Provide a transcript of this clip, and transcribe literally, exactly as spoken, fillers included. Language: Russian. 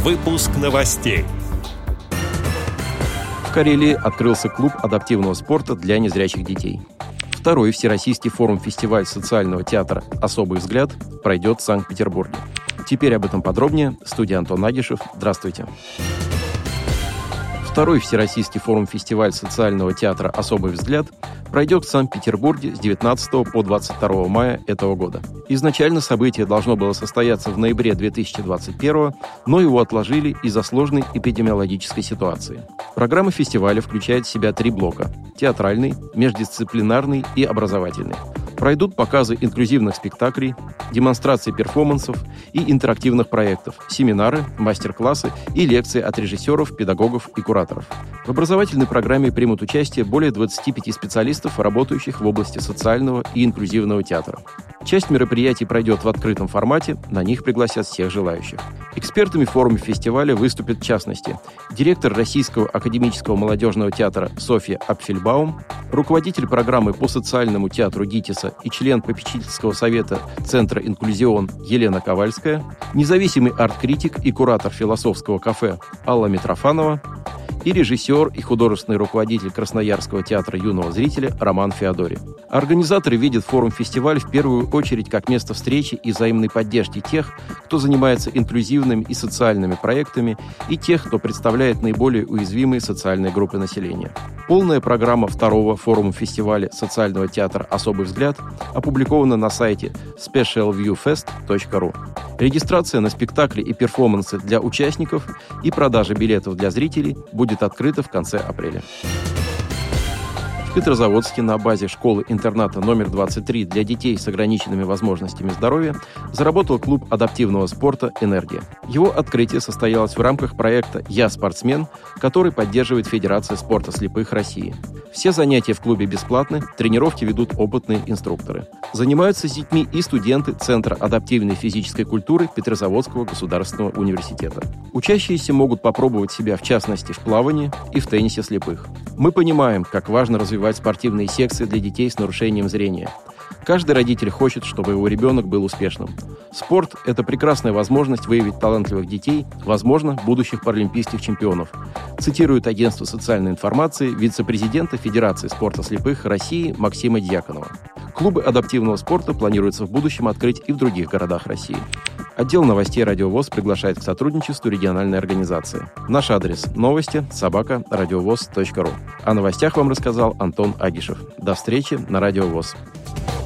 Выпуск новостей. В Карелии открылся клуб адаптивного спорта для незрячих детей. Второй Всероссийский форум-фестиваль социального театра «Особый взгляд» пройдет в Санкт-Петербурге. Теперь об этом подробнее. Студия Антон Агишев. Здравствуйте. Второй Всероссийский форум-фестиваль социального театра «Особый взгляд» пройдет в Санкт-Петербурге с девятнадцатого по двадцать второго мая этого года. Изначально событие должно было состояться в ноябре две тысячи двадцать первого, но его отложили из-за сложной эпидемиологической ситуации. Программа фестиваля включает в себя три блока – театральный, междисциплинарный и образовательный. Пройдут показы инклюзивных спектаклей, демонстрации перформансов и интерактивных проектов, семинары, мастер-классы и лекции от режиссеров, педагогов и кураторов. В образовательной программе примут участие более двадцати пяти специалистов, работающих в области социального и инклюзивного театра. Часть мероприятий пройдет в открытом формате, на них пригласят всех желающих. Экспертами в форуме фестиваля выступят, в частности, директор Российского академического молодежного театра Софья Апфельбаум, руководитель программы по социальному театру ГИТИСа и член попечительского совета Центра «Инклюзион» Елена Ковальская, независимый арт-критик и куратор философского кафе Алла Митрофанова и режиссер и художественный руководитель Красноярского театра юного зрителя Роман Феодори. Организаторы видят форум-фестиваль в первую очередь как место встречи и взаимной поддержки тех, кто занимается инклюзивными и социальными проектами, и тех, кто представляет наиболее уязвимые социальные группы населения. Полная программа второго форума-фестиваля социального театра «Особый взгляд» опубликована на сайте спешиал вью фест точка ру. Регистрация на спектакли и перформансы для участников и продажа билетов для зрителей будет открыта в конце апреля. В Петрозаводске на базе школы-интерната номер двадцать три для детей с ограниченными возможностями здоровья заработал клуб адаптивного спорта «Энергия». Его открытие состоялось в рамках проекта «Я спортсмен», который поддерживает Федерация спорта слепых России. Все занятия в клубе бесплатны, тренировки ведут опытные инструкторы. Занимаются с детьми и студенты Центра адаптивной физической культуры Петрозаводского государственного университета. Учащиеся могут попробовать себя, в частности, в плавании и в теннисе слепых. Мы понимаем, как важно развивать спортивные секции для детей с нарушением зрения. Каждый родитель хочет, чтобы его ребенок был успешным. Спорт – это прекрасная возможность выявить талантливых детей, возможно, будущих паралимпийских чемпионов, цитирует агентство социальной информации вице-президента Федерации спорта слепых России Максима Дьяконова. Клубы адаптивного спорта планируется в будущем открыть и в других городах России. Отдел новостей «Радио ВОС» приглашает к сотрудничеству региональной организации. Наш адрес – новости собака радиовоз точка ру. О новостях вам рассказал Антон Агишев. До встречи на «Радио ВОС».